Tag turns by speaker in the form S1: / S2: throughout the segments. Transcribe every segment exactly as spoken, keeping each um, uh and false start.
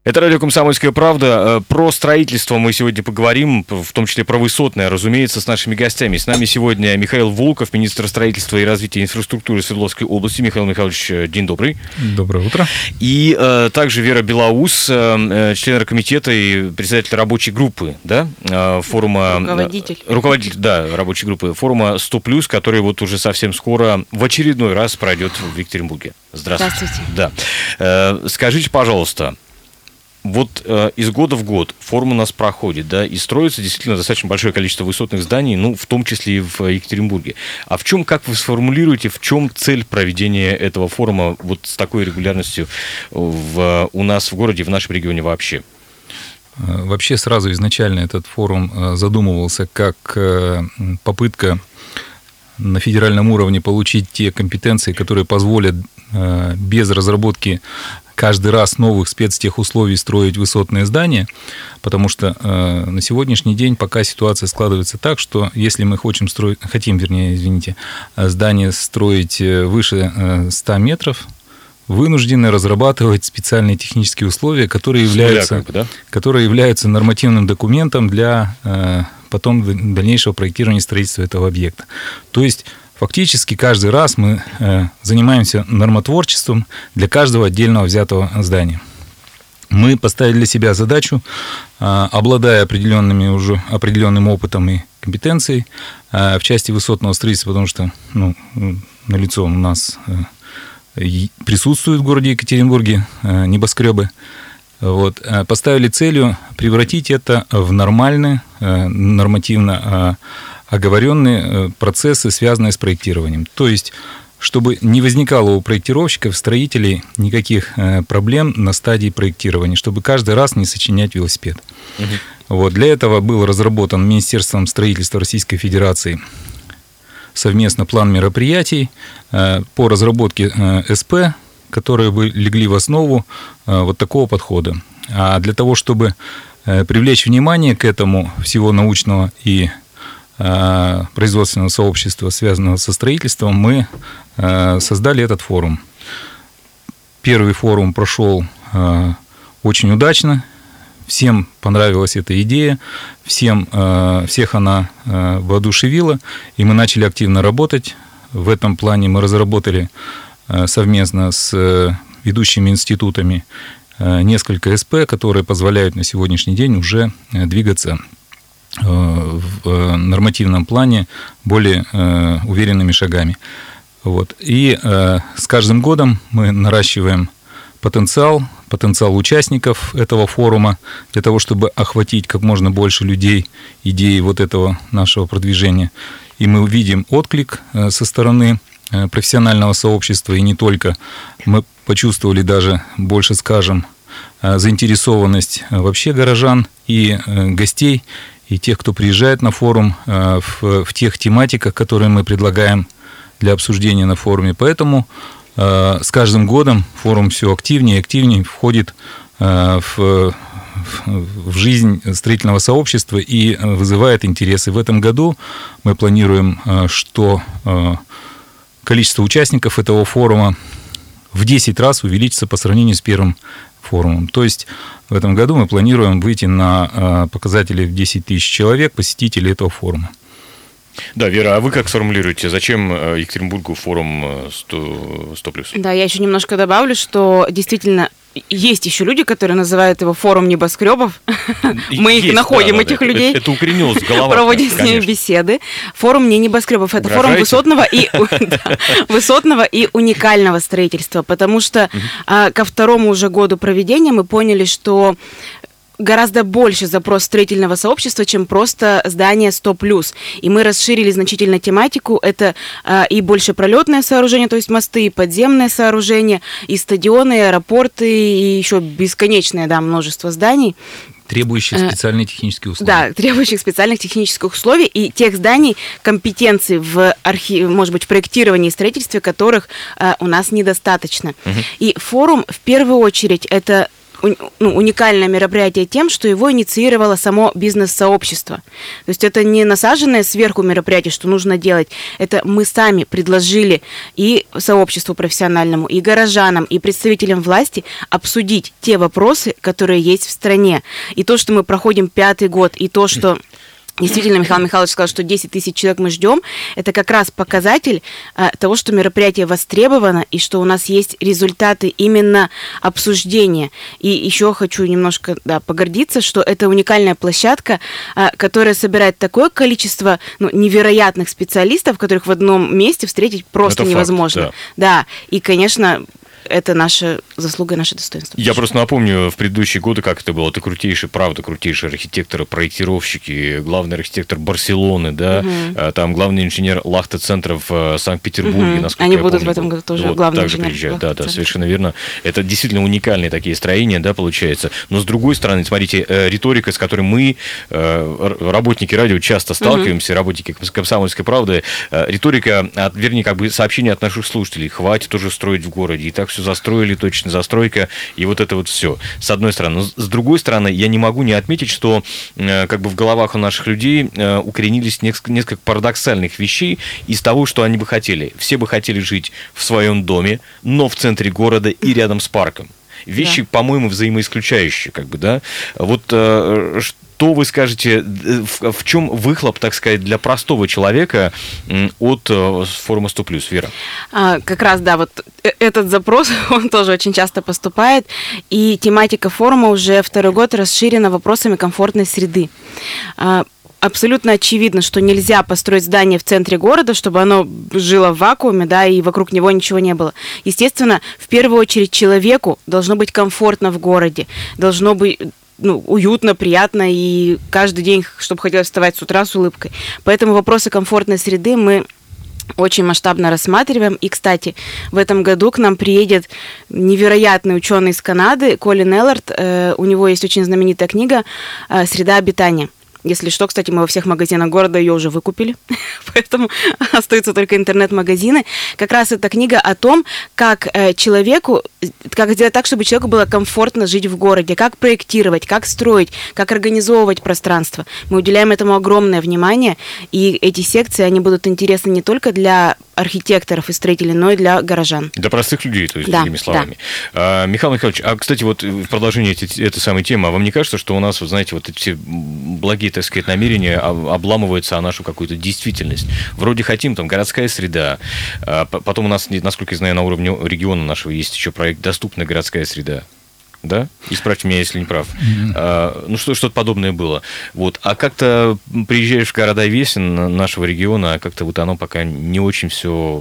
S1: Это радио «Комсомольская правда». Про строительство мы сегодня поговорим, в том числе про высотное, разумеется, с нашими гостями. С нами сегодня Михаил Волков, министр строительства и развития инфраструктуры Свердловской области. Михаил Михайлович, день добрый.
S2: Доброе утро.
S1: И э, также Вера Белоус, э, член оргкомитета и председатель рабочей группы, да, э, форума...
S3: Руководитель.
S1: Э, руководитель, да, рабочей группы форума сто плюс, который вот уже совсем скоро в очередной раз пройдет в Екатеринбурге. Здравствуйте.
S3: Здравствуйте.
S1: Да. Э, скажите, пожалуйста, вот э, из года в год форум у нас проходит, да, и строится действительно достаточно большое количество высотных зданий, ну, в том числе и в Екатеринбурге. А в чем, как вы сформулируете, в чем цель проведения этого форума вот с такой регулярностью в, у нас в городе, в нашем регионе вообще?
S2: Вообще сразу изначально этот форум задумывался как попытка на федеральном уровне получить те компетенции, которые позволят без разработки каждый раз новых спецтехусловий строить высотные здания, потому что э, на сегодняшний день пока ситуация складывается так, что если мы хотим строить, хотим, вернее, извините, здание строить выше э, ста метров, вынуждены разрабатывать специальные технические условия, которые являются, как бы, да? которые являются нормативным документом для э, потом дальнейшего проектирования и строительства этого объекта. То есть фактически каждый раз мы э, занимаемся нормотворчеством для каждого отдельного взятого здания. Мы поставили для себя задачу, э, обладая определенными уже определенным опытом и компетенцией э, в части высотного строительства, потому что ну, налицо у нас э, присутствуют в городе Екатеринбурге э, небоскребы. Вот, э, поставили целью превратить это в нормальные, э, нормативно э, оговоренные процессы, связанные с проектированием. То есть, чтобы не возникало у проектировщиков, строителей никаких проблем на стадии проектирования, чтобы каждый раз не сочинять велосипед. Угу. Вот, для этого был разработан Министерством строительства Российской Федерации совместно план мероприятий по разработке СП, которые бы легли в основу вот такого подхода. А для того, чтобы привлечь внимание к этому всего научного и производственного сообщества, связанного со строительством, мы создали этот форум. Первый форум прошел очень удачно, всем понравилась эта идея, всем, всех она воодушевила, и мы начали активно работать. В этом плане мы разработали совместно с ведущими институтами несколько СП, которые позволяют на сегодняшний день уже двигаться в нормативном плане более э, уверенными шагами. Вот. И э, с каждым годом мы наращиваем потенциал, потенциал участников этого форума для того, чтобы охватить как можно больше людей идеи вот этого нашего продвижения. И мы увидим отклик э, со стороны э, профессионального сообщества, и не только. Мы почувствовали даже, больше скажем, э, заинтересованность вообще горожан и э, гостей, и тех, кто приезжает на форум, в, в тех тематиках, которые мы предлагаем для обсуждения на форуме. Поэтому с каждым годом форум все активнее и активнее входит в, в жизнь строительного сообщества и вызывает интерес. И в этом году мы планируем, что количество участников этого форума в десять раз увеличится по сравнению с первым форумом. То есть в этом году мы планируем выйти на показатели в десять тысяч человек, посетителей этого форума.
S1: Да, Вера, а вы как сформулируете, зачем Екатеринбургу форум сто плюс?
S3: Да, я еще немножко добавлю, что действительно есть еще люди, которые называют его форум небоскребов. Мы
S1: есть,
S3: их находим,
S1: да,
S3: этих
S1: да,
S3: людей.
S1: Это, это укоренилось в головах.
S3: Проводим с ними беседы. Форум не небоскребов, это форум высотного и, да, высотного и уникального строительства, потому что угу. а, ко второму уже году проведения мы поняли, что гораздо больше запрос строительного сообщества, чем просто здание сто плюс. И мы расширили значительно тематику. Это а, и больше пролетное сооружение, то есть мосты, и подземное сооружение, и стадионы, и аэропорты, и еще бесконечное, да, множество зданий.
S2: Требующих специальных технических условий.
S3: Да, требующих специальных технических условий и тех зданий, компетенций в архи... может быть, в проектировании и строительстве, которых а, у нас недостаточно. Угу. И форум, в первую очередь, это ну, уникальное мероприятие тем, что его инициировало само бизнес-сообщество. То есть это не насаженное сверху мероприятие, что нужно делать. Это мы сами предложили и сообществу профессиональному, и горожанам, и представителям власти обсудить те вопросы, которые есть в стране. И то, что мы проходим пятый год, и то, что... Действительно, Михаил Михайлович сказал, что десять тысяч человек мы ждем. Это как раз показатель а, того, что мероприятие востребовано и что у нас есть результаты именно обсуждения. И еще хочу немножко да, погордиться, что это уникальная площадка, а, которая собирает такое количество ну, невероятных специалистов, которых в одном месте встретить просто это невозможно. Факт, да. да, и, конечно... Это наша заслуга и наше достоинство.
S1: Я просто напомню, в предыдущие годы, как это было. Ты крутейший, правда, крутейшие архитекторы, проектировщики, главный архитектор Барселоны, да, угу. там главный инженер Лахта-центра в Санкт-Петербурге,
S3: угу.
S1: насколько
S3: Они
S1: я
S3: будут
S1: помню,
S3: в этом году тоже
S1: вот,
S3: главный
S1: также
S3: инженер.
S1: приезжают, да, да, совершенно верно. Это действительно уникальные такие строения, да, получается. Но с другой стороны, смотрите, риторика, с которой мы, работники радио, часто сталкиваемся, угу. работники «Комсомольской правды», риторика, вернее, как бы сообщение от наших слушателей: хватит уже строить в городе, и так все застроили, точно застройка, и вот это вот все. С одной стороны. Но с другой стороны, я не могу не отметить, что как бы в головах у наших людей укоренились несколько, несколько парадоксальных вещей из того, что они бы хотели. Все бы хотели жить в своем доме, но в центре города и рядом с парком. Вещи, да. по-моему, взаимоисключающие, как бы, да. Вот что вы скажете, в, в чем выхлоп, так сказать, для простого человека от форума сто плюс, Вера?
S3: А, как раз, да, вот этот запрос, он тоже очень часто поступает, и тематика форума уже второй год расширена вопросами комфортной среды. А, абсолютно очевидно, что нельзя построить здание в центре города, чтобы оно жило в вакууме, да, и вокруг него ничего не было. Естественно, в первую очередь человеку должно быть комфортно в городе, должно быть... ну, уютно, приятно, и каждый день, чтобы хотелось вставать с утра с улыбкой. Поэтому вопросы комфортной среды мы очень масштабно рассматриваем. И, кстати, в этом году к нам приедет невероятный ученый из Канады, Колин Эллард. Э, у него есть очень знаменитая книга «Среда обитания». Если что, кстати, мы во всех магазинах города ее уже выкупили, поэтому остаются только интернет-магазины. Как раз эта книга о том, как человеку, как сделать так, чтобы человеку было комфортно жить в городе, как проектировать, как строить, как организовывать пространство. Мы уделяем этому огромное внимание, и эти секции, они будут интересны не только для архитекторов и строителей, но и для горожан.
S1: Для простых людей, то есть,
S3: да,
S1: другими словами. Да. А, Михаил Михайлович, а, кстати, вот в продолжении этой, этой самой темы, а вам не кажется, что у нас, вот знаете, вот эти благие, так сказать, намерения обламываются о нашу какую-то действительность? Вроде хотим, там, городская среда, а потом у нас, насколько я знаю, на уровне региона нашего есть еще проект «Доступная городская среда». Да? Исправьте меня, если не прав. Mm-hmm. А, ну, что, что-то подобное было. Вот. А как-то приезжаешь в города весен нашего региона, а как-то вот оно пока не очень все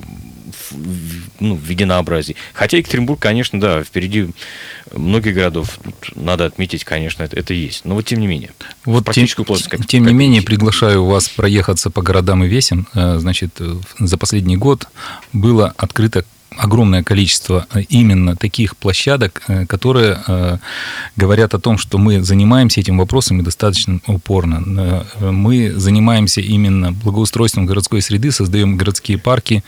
S1: в, ну, в единообразии. Хотя Екатеринбург, конечно, да, впереди многих городов. Тут надо отметить, конечно, это, это есть. Но вот тем не менее.
S2: Вот тем, как, тем как не менее, приглашаю вас проехаться по городам и весен. Значит, за последний год было открыто огромное количество именно таких площадок, которые говорят о том, что мы занимаемся этим вопросом достаточно упорно. Мы занимаемся именно благоустройством городской среды, создаем городские парки,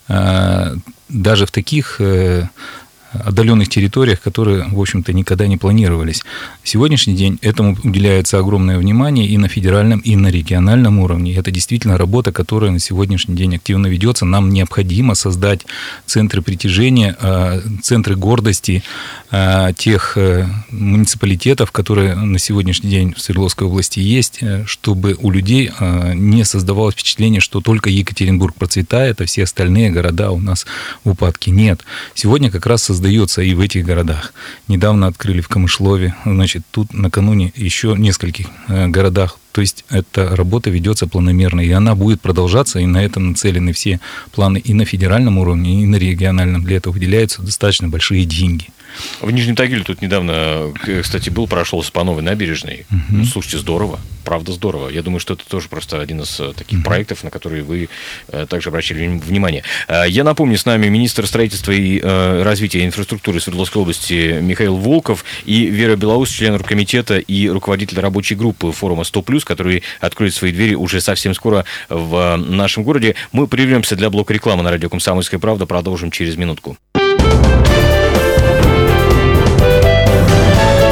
S2: даже в таких отдаленных территориях, которые, в общем-то, никогда не планировались. В сегодняшний день этому уделяется огромное внимание и на федеральном, и на региональном уровне. Это действительно работа, которая на сегодняшний день активно ведется. Нам необходимо создать центры притяжения, центры гордости тех муниципалитетов, которые на сегодняшний день в Свердловской области есть, чтобы у людей не создавалось впечатление, что только Екатеринбург процветает, а все остальные города у нас в упадке. Нет. Сегодня как раз создается и в этих городах. Недавно открыли в Камышлове, значит, тут накануне еще в нескольких городах. То есть эта работа ведется планомерно, и она будет продолжаться, и на это нацелены все планы и на федеральном уровне, и на региональном. Для этого выделяются достаточно большие деньги.
S1: В Нижнем Тагиле тут недавно, кстати, был, прошелся по новой набережной. Угу. Ну, слушайте, здорово, правда здорово. Я думаю, что это тоже просто один из таких угу. проектов, на которые вы также обращали внимание. Я напомню, с нами министр строительства и развития инфраструктуры Свердловской области Михаил Волков и Вера Белоус, член оргкомитета и руководитель рабочей группы форума сто плюс, который откроет свои двери уже совсем скоро в нашем городе. Мы прервемся для блока рекламы на радио «Комсомольская правда». Продолжим через минутку.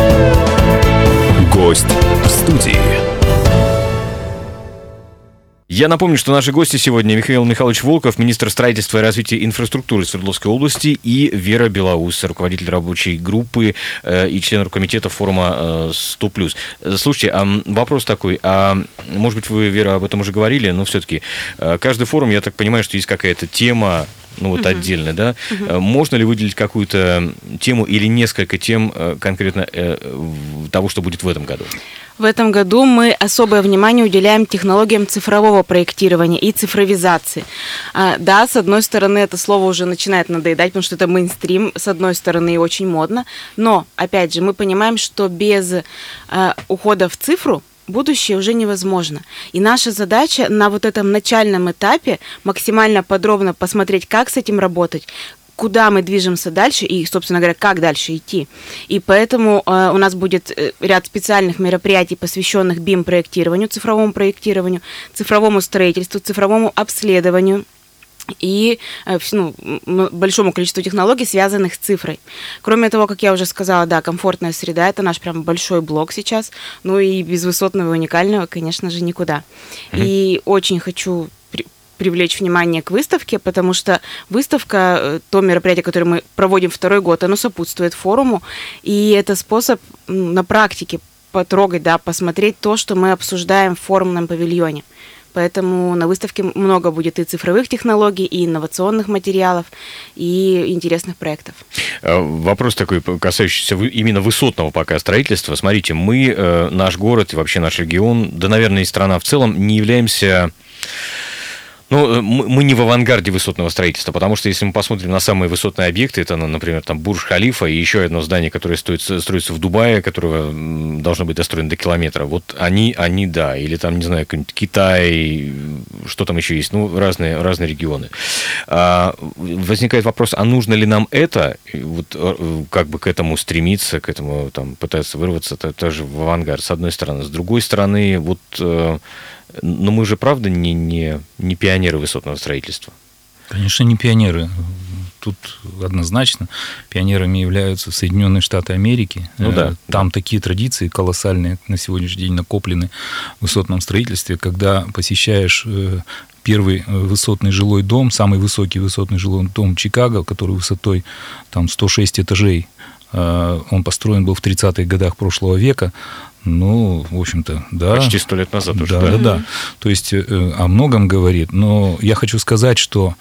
S1: Гость в студии. Я напомню, что наши гости сегодня Михаил Михайлович Волков, министр строительства и развития инфраструктуры Свердловской области, и Вера Белоус, руководитель рабочей группы э, и член оргкомитета форума э, сто плюс. Слушайте, а вопрос такой, а может быть вы, Вера, об этом уже говорили, но все-таки э, каждый форум, я так понимаю, что есть какая-то тема, ну вот uh-huh. отдельно, да? Uh-huh. Можно ли выделить какую-то тему или несколько тем конкретно э, того, что будет в этом году?
S3: В этом году мы особое внимание уделяем технологиям цифрового проектирования и цифровизации. А, да, с одной стороны, это слово уже начинает надоедать, потому что это мейнстрим, с одной стороны, и очень модно. Но, опять же, мы понимаем, что без а, ухода в цифру будущее уже невозможно. И наша задача на вот этом начальном этапе максимально подробно посмотреть, как с этим работать, куда мы движемся дальше и, собственно говоря, как дальше идти. И поэтому э, у нас будет ряд специальных мероприятий, посвященных би и эм проектированию, цифровому проектированию, цифровому строительству, цифровому обследованию и ну, большому количеству технологий, связанных с цифрой. Кроме того, как я уже сказала, да, комфортная среда – это наш прям большой блок сейчас, ну и без высотного и уникального, конечно же, никуда. Mm-hmm. И очень хочу при- привлечь внимание к выставке, потому что выставка, то мероприятие, которое мы проводим второй год, оно сопутствует форуму, и это способ на практике потрогать, да, посмотреть то, что мы обсуждаем в форумном павильоне. Поэтому на выставке много будет и цифровых технологий, и инновационных материалов, и интересных проектов.
S1: Вопрос такой, касающийся именно высотного пока строительства. Смотрите, мы, наш город и вообще наш регион, да, наверное, и страна в целом, не являемся... Ну, мы не в авангарде высотного строительства, потому что если мы посмотрим на самые высотные объекты, это, например, там Бурдж-Халифа и еще одно здание, которое стоит, строится в Дубае, которое должно быть достроено до километра. Вот они, они, да, или там, не знаю, Китай, что там еще есть, ну, разные, разные регионы. А, возникает вопрос, а нужно ли нам это, вот, как бы к этому стремиться, к этому там пытаться вырваться, тоже в авангард, с одной стороны. С другой стороны, вот... Но мы же, правда, не, не, не пионеры высотного строительства?
S2: Конечно, не пионеры. Тут однозначно пионерами являются Соединенные Штаты Америки.
S1: Ну, да,
S2: Там
S1: да.
S2: такие традиции колоссальные на сегодняшний день накоплены в высотном строительстве, когда посещаешь первый высотный жилой дом, самый высокий высотный жилой дом Чикаго, который высотой там, сто шесть этажей. Он построен был в тридцатых годах прошлого века. Ну, в общем-то, да.
S1: Почти сто лет назад уже,
S2: да. Да, да, да. То есть о многом говорит. Но я хочу сказать, что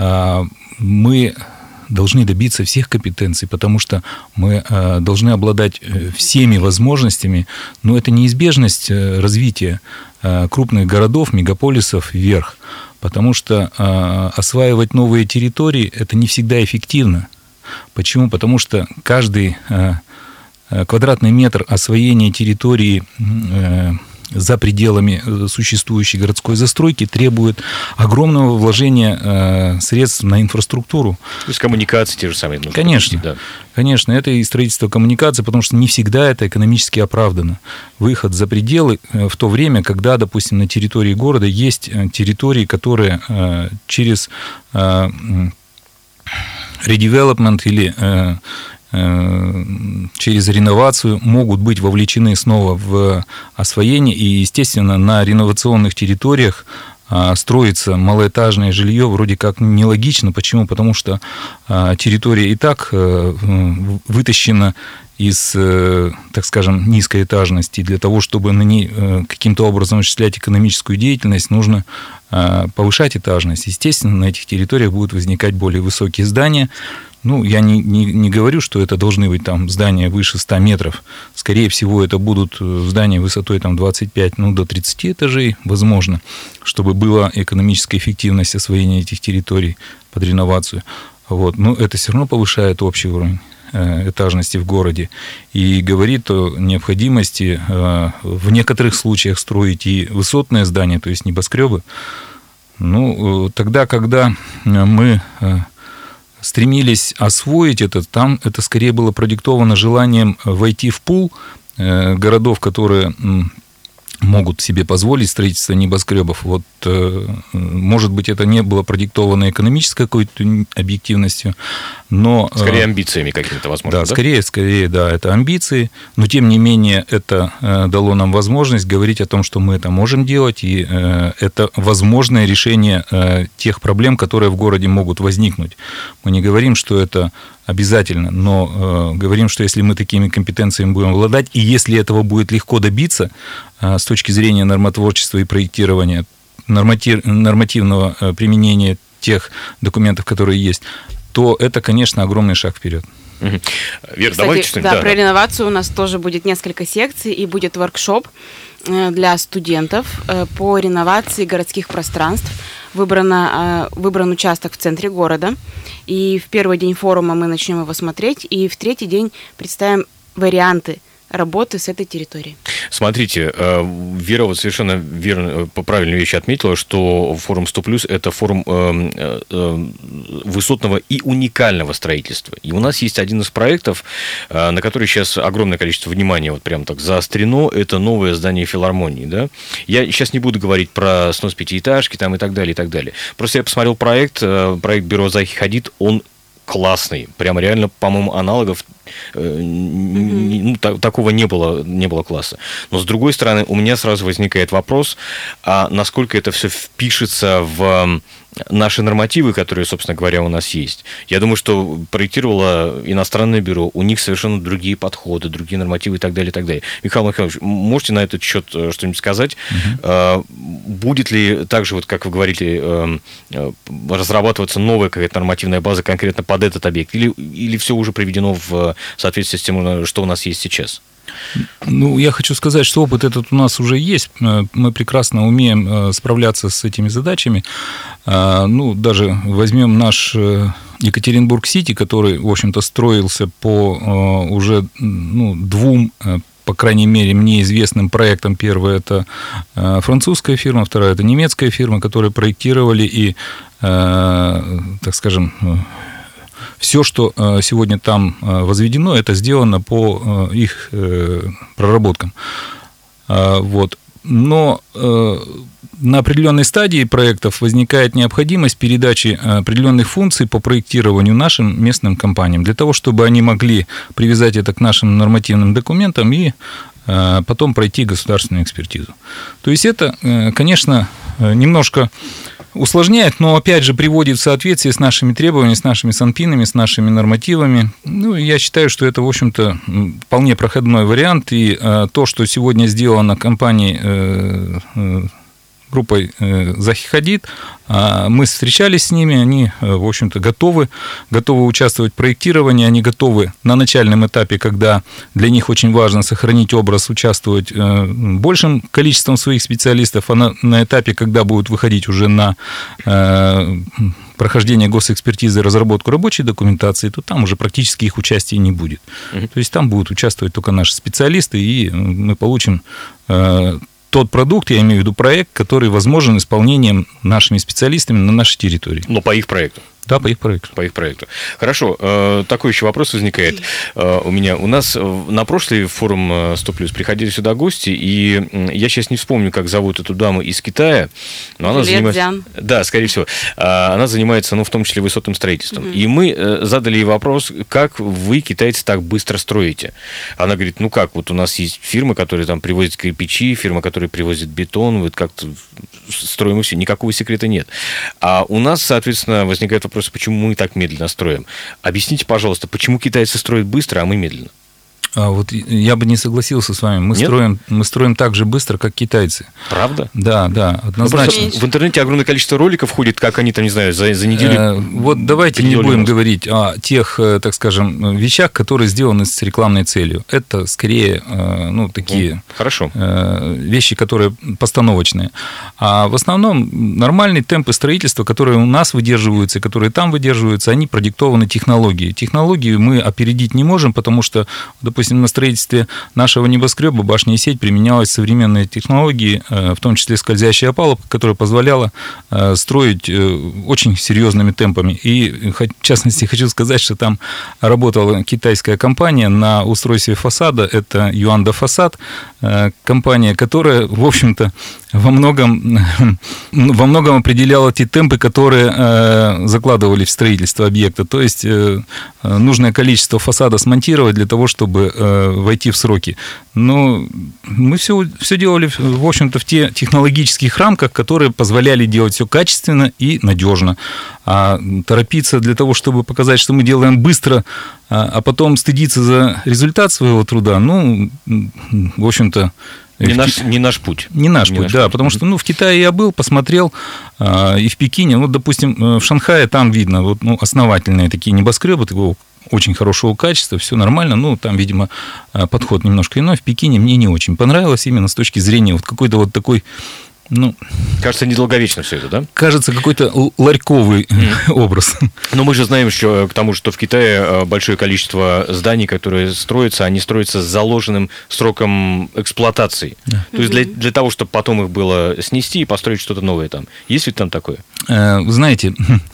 S2: мы должны добиться всех компетенций, потому что мы должны обладать всеми возможностями, но это неизбежность развития крупных городов, мегаполисов вверх, потому что осваивать новые территории – это не всегда эффективно. Почему? Потому что каждый квадратный метр освоения территории за пределами существующей городской застройки требует огромного вложения средств на инфраструктуру.
S1: То есть коммуникации те же самые.
S2: Конечно,
S1: да.
S2: Конечно, это и строительство коммуникаций, потому что не всегда это экономически оправдано. Выход за пределы в то время, когда, допустим, на территории города есть территории, которые через редевелопмент или через реновацию могут быть вовлечены снова в освоение. И, естественно, на реновационных территориях строится малоэтажное жилье вроде как нелогично. Почему? Потому что территория и так вытащена из, так скажем, низкой этажности. Для того, чтобы на ней каким-то образом осуществлять экономическую деятельность, нужно повышать этажность. Естественно, на этих территориях будут возникать более высокие здания. Ну, я не, не, не говорю, что это должны быть там здания выше ста метров. Скорее всего, это будут здания высотой там, двадцать пять, ну, до тридцати этажей, возможно, чтобы была экономическая эффективность освоения этих территорий под реновацию. Вот. Но это все равно повышает общий уровень этажности в городе и говорит о необходимости в некоторых случаях строить и высотные здания, то есть небоскребы. Ну, тогда, когда мы стремились освоить это, там это скорее было продиктовано желанием войти в пул городов, которые могут себе позволить строительство небоскребов. Вот, может быть, это не было продиктовано экономической какой-то объективностью, но...
S1: Скорее амбициями какими-то, возможно,
S2: да?
S1: Да,
S2: скорее, скорее, да, это амбиции, но, тем не менее, это дало нам возможность говорить о том, что мы это можем делать, и это возможное решение тех проблем, которые в городе могут возникнуть. Мы не говорим, что это обязательно, но э, говорим, что если мы такими компетенциями будем обладать, и если этого будет легко добиться э, с точки зрения нормотворчества и проектирования, норматив, нормативного э, применения тех документов, которые есть, то это, конечно, огромный шаг вперед.
S1: Угу. Вера,
S3: Кстати,
S1: давайте что-нибудь.
S3: Да,
S1: Да,
S3: про
S1: да.
S3: реновацию у нас тоже будет несколько секций, и будет воркшоп для студентов по реновации городских пространств. Выбрано, выбран участок в центре города, и в первый день форума мы начнем его смотреть, и в третий день представим варианты работы с этой территорией.
S1: Смотрите, Вера вот совершенно верно, правильную вещь отметила, что форум сто плюс – это форум высотного и уникального строительства. И у нас есть один из проектов, на который сейчас огромное количество внимания вот прям так заострено, это новое здание филармонии. Да? Я сейчас не буду говорить про снос пятиэтажки там, и так далее, и так далее. Просто я посмотрел проект, проект бюро Захи Хадид, он классный. Прям реально, по-моему, аналогов э, ну, та, такого не было, не было класса. Но, с другой стороны, у меня сразу возникает вопрос, а насколько это все впишется в наши нормативы, которые, собственно говоря, у нас есть. Я думаю, что проектировало иностранное бюро, у них совершенно другие подходы, другие нормативы и так далее, и так далее. Михаил Михайлович, можете на этот счет что-нибудь сказать? Угу. Будет ли так же, вот, как вы говорите, разрабатываться новая какая-то нормативная база конкретно под этот объект? Или, или все уже приведено в соответствии с тем, что у нас есть сейчас?
S2: Ну, я хочу сказать, что опыт этот у нас уже есть. Мы прекрасно умеем справляться с этими задачами. Ну, даже возьмем наш Екатеринбург-Сити, который, в общем-то, строился по уже ну, двум, по крайней мере, мне известным проектам. Первое – это французская фирма, вторая – это немецкая фирма, которые проектировали и, так скажем, все, что сегодня там возведено, это сделано по их проработкам. Вот. Но на определенной стадии проектов возникает необходимость передачи определенных функций по проектированию нашим местным компаниям, для того, чтобы они могли привязать это к нашим нормативным документам и потом пройти государственную экспертизу. То есть это, конечно, немножко усложняет, но, опять же, приводит в соответствие с нашими требованиями, с нашими санпинами, с нашими нормативами. Ну, я считаю, что это, в общем-то, вполне проходной вариант, и э, то, что сегодня сделано компанией, э, э, группой э, Захи Хадид, э, мы встречались с ними, они, э, в общем-то, готовы, готовы участвовать в проектировании, они готовы на начальном этапе, когда для них очень важно сохранить образ, участвовать э, большим количеством своих специалистов, а на, на этапе, когда будут выходить уже на э, прохождение госэкспертизы и разработку рабочей документации, то там уже практически их участия не будет. Mm-hmm. То есть там будут участвовать только наши специалисты, и мы получим э, тот продукт, я имею в виду проект, который возможен исполнением нашими специалистами на нашей территории.
S1: Но по их проекту.
S2: Да, по их проекту.
S1: По их проекту. Хорошо. Такой еще вопрос возникает у меня. У нас на прошлый форум сто плюс приходили сюда гости, и я сейчас не вспомню, как зовут эту даму из Китая, но она занимается... Да, скорее всего. Она занимается, ну, в том числе, высотным строительством. Mm-hmm. И мы задали ей вопрос, как вы, китайцы, так быстро строите? Она говорит, ну как, вот у нас есть фирмы, которые там привозят кирпичи, фирма, которая привозит бетон, вот как-то строим и все, никакого секрета нет. А у нас, соответственно, возникает вопрос, почему мы так медленно строим. Объясните, пожалуйста, почему китайцы строят быстро, а мы медленно?
S2: А вот я бы не согласился с вами. Мы строим, мы строим так же быстро, как китайцы.
S1: Правда?
S2: Да, да, однозначно.
S1: В интернете огромное количество роликов ходит, как они там, не знаю, за, за неделю...
S2: Э, вот давайте не будем мост. говорить о тех, так скажем, вещах, которые сделаны с рекламной целью. Это скорее, ну, такие
S1: Хорошо.
S2: вещи, которые постановочные. А в основном нормальные темпы строительства, которые у нас выдерживаются, которые там выдерживаются, они продиктованы технологией. Технологию мы опередить не можем, потому что, допустим, допустим, на строительстве нашего небоскреба башня и сеть применялась современные технологии, в том числе скользящая опалубка, которая позволяла строить очень серьезными темпами. И, в частности, хочу сказать, что там работала китайская компания на устройстве фасада, это Юанда Фасад, компания, которая, в общем-то, во многом, во многом определяла те темпы, которые э, закладывали в строительство объекта. То есть э, нужное количество фасада смонтировать для того, чтобы э, войти в сроки. Но мы все, все делали, в общем-то, в те технологических рамках, которые позволяли делать все качественно и надежно. А торопиться для того, чтобы показать, что мы делаем быстро, а, а потом стыдиться за результат своего труда, ну, в общем-то,
S1: Не наш, не наш путь.
S2: Не наш
S1: не
S2: путь,
S1: наш
S2: да,
S1: путь.
S2: потому что, ну, в Китае я был, посмотрел, э, и в Пекине, ну, допустим, в Шанхае там видно, вот, ну, основательные такие небоскребы, такого очень хорошего качества, все нормально, ну, там, видимо, подход немножко иной. В Пекине мне не очень понравилось именно с точки зрения вот какой-то вот такой, ну...
S1: Кажется, недолговечно все это, да?
S2: Кажется, какой-то ларьковый mm. образ.
S1: Но мы же знаем еще к тому, что в Китае большое количество зданий, которые строятся, они строятся с заложенным сроком эксплуатации. Yeah. То есть для, для того, чтобы потом их было снести и построить что-то новое там. Есть ведь там такое?
S2: Вы знаете,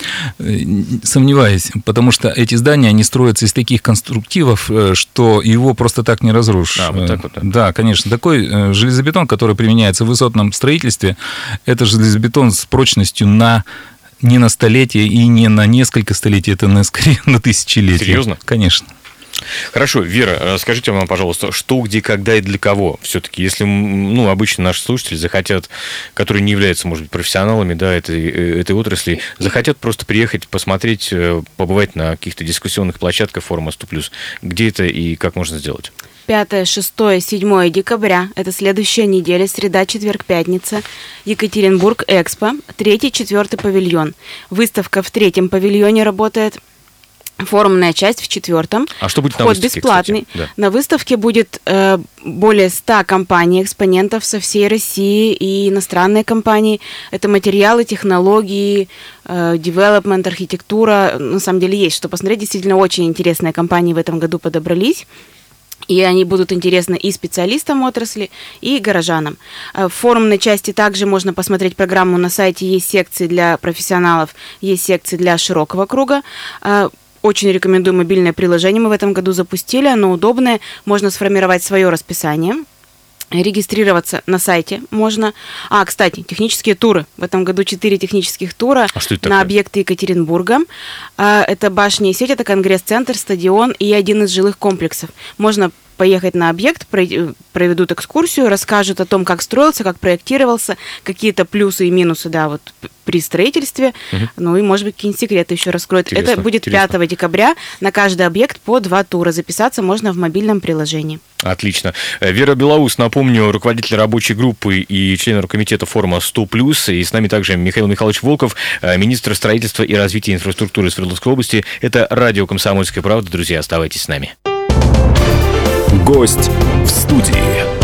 S2: сомневаюсь, потому что эти здания, они строятся из таких конструктивов, что его просто так не разрушишь.
S1: А, вот так вот.
S2: Да, конечно. Такой железобетон, который применяется в высотном строительстве, это железобетон с прочностью на не на столетие и не на несколько столетий, это на, скорее на тысячелетия.
S1: Серьезно?
S2: Конечно.
S1: Хорошо, Вера, скажите нам, пожалуйста, что, где, когда и для кого все-таки, если, ну, обычно наши слушатели захотят, которые не являются, может быть, профессионалами, да, этой, этой отрасли, захотят просто приехать, посмотреть, побывать на каких-то дискуссионных площадках форума сто плюс, где это и как можно сделать?
S3: пятое, шестое, седьмое декабря, это следующая неделя, среда, четверг, пятница, Екатеринбург, Экспо, третий, четвертый павильон. Выставка в третьем павильоне работает, форумная часть в четвертом.
S1: А что будет на
S3: Вход
S1: выставке,
S3: бесплатный.
S1: Да.
S3: На выставке будет э, более ста компаний, экспонентов со всей России и иностранные компании. Это материалы, технологии, э, development, архитектура. На самом деле есть что посмотреть. Действительно, очень интересные компании в этом году подобрались. И они будут интересны и специалистам отрасли, и горожанам. В форумной части также можно посмотреть программу на сайте. Есть секции для профессионалов, есть секции для широкого круга. Очень рекомендую мобильное приложение. Мы в этом году запустили. Оно удобное. Можно сформировать свое расписание. Регистрироваться на сайте можно. А, кстати, технические туры. В этом году четыре технических тура
S1: а что это
S3: на
S1: такое?
S3: Объекты Екатеринбурга. Это башня и сеть, это конгресс-центр, стадион и один из жилых комплексов. Можно поехать на объект, проведут экскурсию, расскажут о том, как строился, как проектировался, какие-то плюсы и минусы, да, вот при строительстве, угу. Ну и, может быть, какие-нибудь секреты еще раскроют. Интересно, это будет интересно. пятого декабря, на каждый объект по два тура. Записаться можно в мобильном приложении.
S1: Отлично. Вера Белоус, напомню, руководитель рабочей группы и член оргкомитета форума сто плюс, и с нами также Михаил Михайлович Волков, министр строительства и развития инфраструктуры Свердловской области. Это радио «Комсомольская правда». Друзья, оставайтесь с нами.
S4: Гость в студии.